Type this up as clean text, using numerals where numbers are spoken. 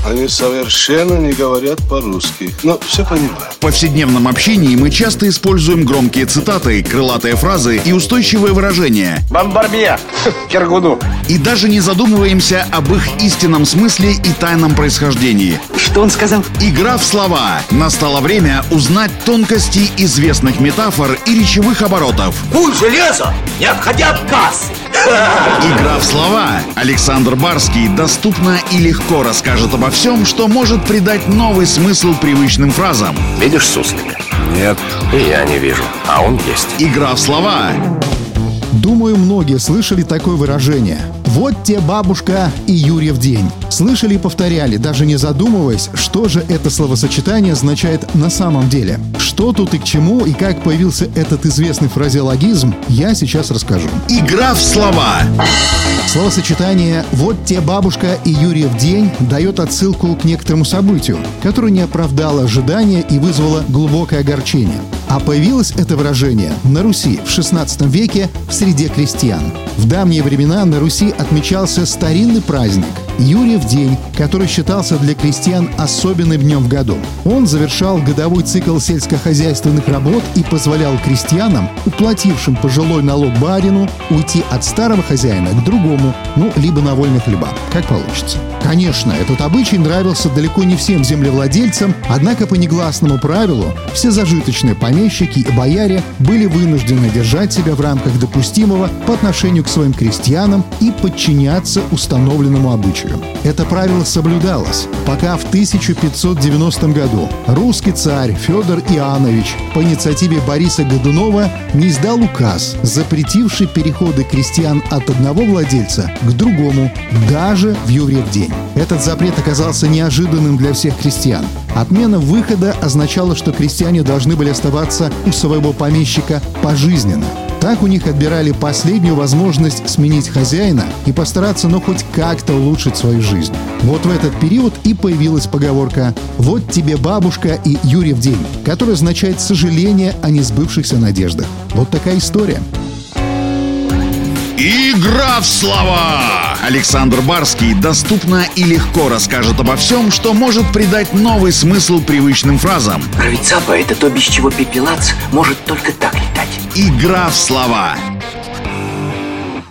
Они совершенно не говорят по-русски, но все понимаю. В повседневном общении мы часто используем громкие цитаты, крылатые фразы и устойчивые выражения. Бомбарбье, Киргуду. И даже не задумываемся об их истинном смысле и тайном происхождении. Что он сказал? Игра в слова. Настало время узнать тонкости известных метафор и речевых оборотов. Куй железо, не отходя от кассы. Игра в слова. Александр Барский доступно и легко расскажет обо всем, что может придать новый смысл привычным фразам. Видишь суслика? Нет. И я не вижу, а он есть. Игра в слова. Думаю, многие слышали такое выражение. Вот те бабушка и Юрьев день. Слышали и повторяли, даже не задумываясь, что же это словосочетание означает на самом деле. Что тут и к чему, и как появился этот известный фразеологизм, я сейчас расскажу. Игра в слова. Словосочетание «вот те бабушка и Юрьев день» дает отсылку к некоторому событию, которое не оправдало ожидания и вызвало глубокое огорчение. А появилось это выражение на Руси в XVI веке в среде крестьян. В давние времена на Руси отмечался старинный праздник – Юрьев день, который считался для крестьян особенным днем в году. Он завершал годовой цикл сельскохозяйственных работ и позволял крестьянам, уплатившим пожилой налог барину, уйти от старого хозяина к другому, либо на вольные хлеба, как получится. Конечно, этот обычай нравился далеко не всем землевладельцам, однако по негласному правилу все зажиточные помещики и бояре были вынуждены держать себя в рамках допустимого по отношению к своим крестьянам и подчиняться установленному обычаю. Это правило соблюдалось, пока в 1590 году русский царь Федор Иоаннович по инициативе Бориса Годунова не издал указ, запретивший переходы крестьян от одного владельца к другому, даже в Юрьев день. Этот запрет оказался неожиданным для всех крестьян. Отмена выхода означала, что крестьяне должны были оставаться у своего помещика пожизненно. Так у них отбирали последнюю возможность сменить хозяина и постараться, хоть как-то улучшить свою жизнь. Вот в этот период и появилась поговорка «Вот тебе бабушка и Юрьев день», которая означает сожаление о несбывшихся надеждах. Вот такая история. Игра в слова. Александр Барский доступно и легко расскажет обо всем, что может придать новый смысл привычным фразам. Рыцапа — это то, без чего пепелац может только так летать. Игра в слова.